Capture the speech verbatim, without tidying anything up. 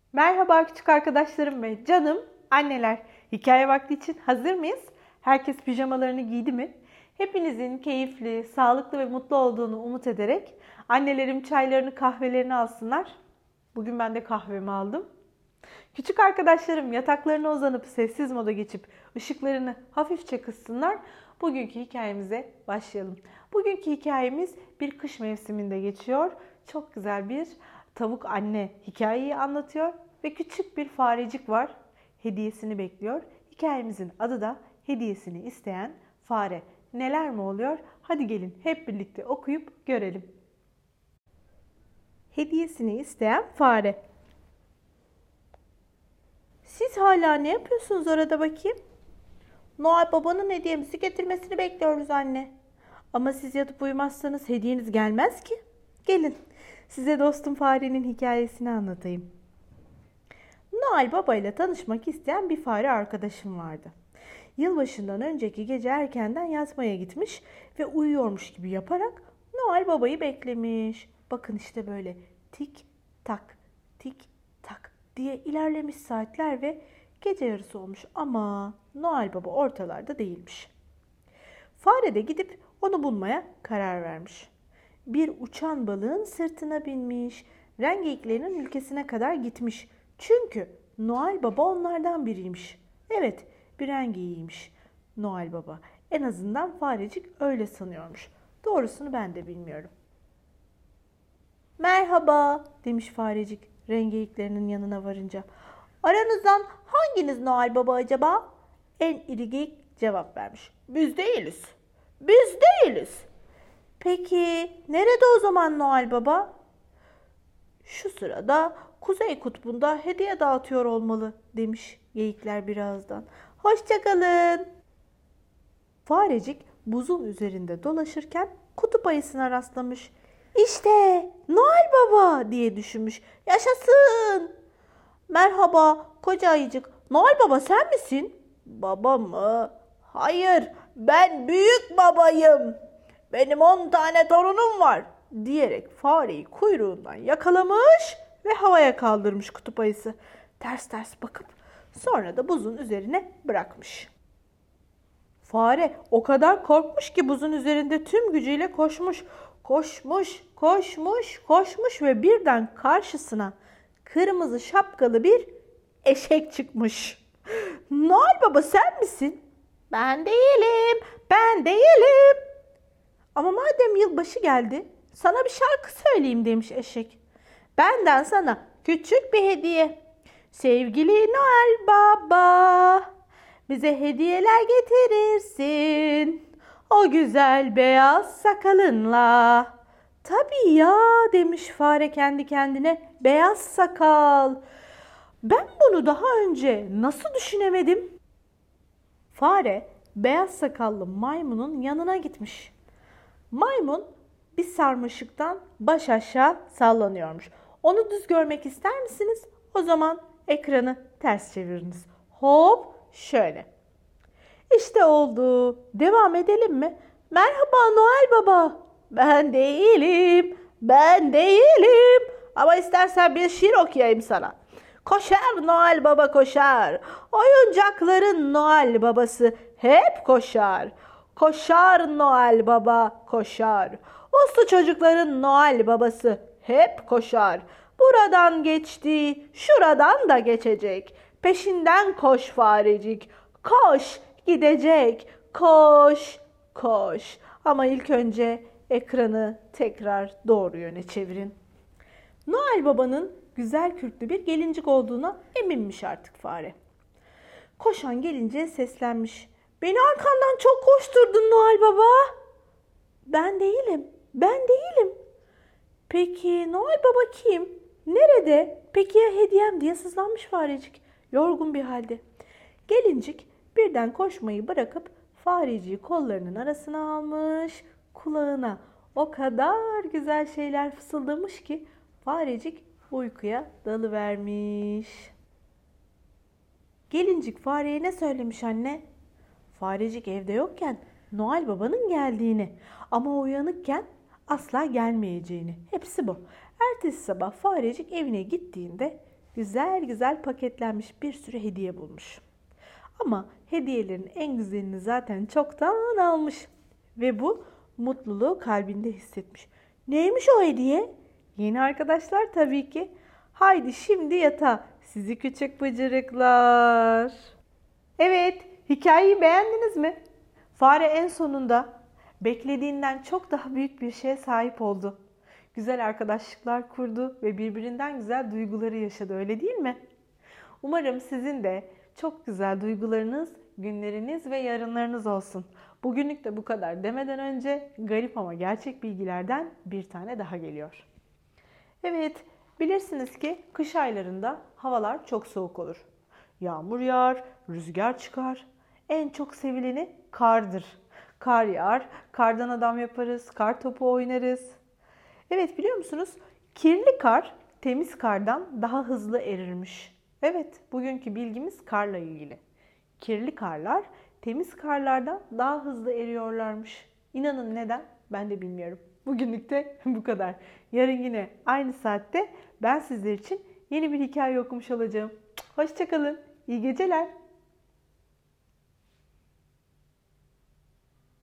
Merhaba küçük arkadaşlarım ve canım anneler. Hikaye vakti için hazır mıyız? Herkes pijamalarını giydi mi? Hepinizin keyifli, sağlıklı ve mutlu olduğunu umut ederek annelerim çaylarını, kahvelerini alsınlar. Bugün ben de kahvemi aldım. Küçük arkadaşlarım yataklarına uzanıp sessiz moda geçip ışıklarını hafifçe kıssınlar. Bugünkü hikayemize başlayalım. Bugünkü hikayemiz bir kış mevsiminde geçiyor. Çok güzel bir tavuk anne hikayeyi anlatıyor ve küçük bir farecik var. Hediyesini bekliyor. Hikayemizin adı da Hediyesini İsteyen Fare. Neler mi oluyor? Hadi gelin hep birlikte okuyup görelim. Hediyesini isteyen fare. Siz hala ne yapıyorsunuz orada bakayım? Noel Baba'nın hediyemizi getirmesini bekliyoruz anne. Ama siz yatıp uyumazsanız hediyeniz gelmez ki. Gelin size dostum farenin hikayesini anlatayım. Noel Baba ile tanışmak isteyen bir fare arkadaşım vardı. Yılbaşından önceki gece erkenden yatmaya gitmiş ve uyuyormuş gibi yaparak Noel Baba'yı beklemiş. Bakın işte böyle tik tak tik tak diye ilerlemiş saatler ve gece yarısı olmuş ama Noel Baba ortalarda değilmiş. Fare de gidip onu bulmaya karar vermiş. Bir uçan balığın sırtına binmiş, rengeyiklerin ülkesine kadar gitmiş. Çünkü Noel Baba onlardan biriymiş. Evet, bir rengeyiymiş Noel Baba. En azından farecik öyle sanıyormuş. Doğrusunu ben de bilmiyorum. Merhaba demiş farecik rengeyiklerinin yanına varınca. Aranızdan hanginiz Noel Baba acaba? En iri geyik cevap vermiş. Biz değiliz. Biz değiliz. Peki nerede o zaman Noel Baba? Şu sırada Kuzey Kutbu'nda hediye dağıtıyor olmalı demiş geyikler birazdan. Hoşça kalın. Farecik buzun üzerinde dolaşırken kutup ayısına rastlamış. İşte Noel Baba diye düşünmüş. Yaşasın. Merhaba koca ayıcık. Noel Baba sen misin? Baba mı? Hayır, ben büyük babayım. Benim on tane torunum var diyerek fareyi kuyruğundan yakalamış ve havaya kaldırmış kutup ayısı. Ters ters bakıp sonra da buzun üzerine bırakmış. Fare o kadar korkmuş ki buzun üzerinde tüm gücüyle koşmuş. Koşmuş, koşmuş, koşmuş ve birden karşısına kırmızı şapkalı bir eşek çıkmış. Noel Baba sen misin? Ben değilim, ben değilim. Ama madem yılbaşı geldi, sana bir şarkı söyleyeyim demiş eşek. Benden sana küçük bir hediye. Sevgili Noel Baba, bize hediyeler getirirsin. O güzel beyaz sakalınla. Tabii ya demiş fare kendi kendine. Beyaz sakal. Ben bunu daha önce nasıl düşünemedim? Fare beyaz sakallı maymunun yanına gitmiş. Maymun bir sarmaşıktan baş aşağı sallanıyormuş. Onu düz görmek ister misiniz? O zaman ekranı ters çeviriniz. Hop şöyle. İşte oldu. Devam edelim mi? Merhaba Noel Baba. Ben değilim. Ben değilim. Ama istersen bir şiir okuyayım sana. Koşar Noel Baba koşar. Oyuncakların Noel Babası hep koşar. Koşar Noel Baba koşar. Uslu çocukların Noel Babası hep koşar. Buradan geçti, şuradan da geçecek. Peşinden koş farecik. Koş, gidecek. Koş, koş. Ama ilk önce ekranı tekrar doğru yöne çevirin. Noel Baba'nın güzel kürklü bir gelincik olduğuna eminmiş artık fare. Koşan gelince seslenmiş. Beni arkandan çok koşturdun Noel Baba. Ben değilim, ben değilim. Peki Noel Baba kim? Nerede? Peki ya hediyem diye sızlanmış farecik. Yorgun bir halde. Gelincik birden koşmayı bırakıp fareciyi kollarının arasına almış. Kulağına o kadar güzel şeyler fısıldamış ki farecik uykuya dalıvermiş. Gelincik fareye ne söylemiş anne? Farecik evde yokken Noel Baba'nın geldiğini ama o uyanıkken asla gelmeyeceğini. Hepsi bu. Ertesi sabah farecik evine gittiğinde güzel güzel paketlenmiş bir sürü hediye bulmuş. Ama hediyelerin en güzelini zaten çoktan almış. Ve bu mutluluğu kalbinde hissetmiş. Neymiş o hediye? Yeni arkadaşlar tabii ki. Haydi şimdi yatağa sizi küçük bıcırıklar. Evet, hikayeyi beğendiniz mi? Fare en sonunda beklediğinden çok daha büyük bir şeye sahip oldu. Güzel arkadaşlıklar kurdu ve birbirinden güzel duyguları yaşadı, öyle değil mi? Umarım sizin de çok güzel duygularınız, günleriniz ve yarınlarınız olsun. Bugünlük de bu kadar demeden önce garip ama gerçek bilgilerden bir tane daha geliyor. Evet, bilirsiniz ki kış aylarında havalar çok soğuk olur. Yağmur yağar, rüzgar çıkar. En çok sevileni kardır. Kar yağar, kardan adam yaparız, kar topu oynarız. Evet, biliyor musunuz? Kirli kar temiz kardan daha hızlı erirmiş. Evet, bugünkü bilgimiz karla ilgili. Kirli karlar temiz karlardan daha hızlı eriyorlarmış. İnanın neden? Ben de bilmiyorum. Bugünlük de bu kadar. Yarın yine aynı saatte ben sizler için yeni bir hikaye okumuş olacağım. Hoşça kalın. İyi geceler.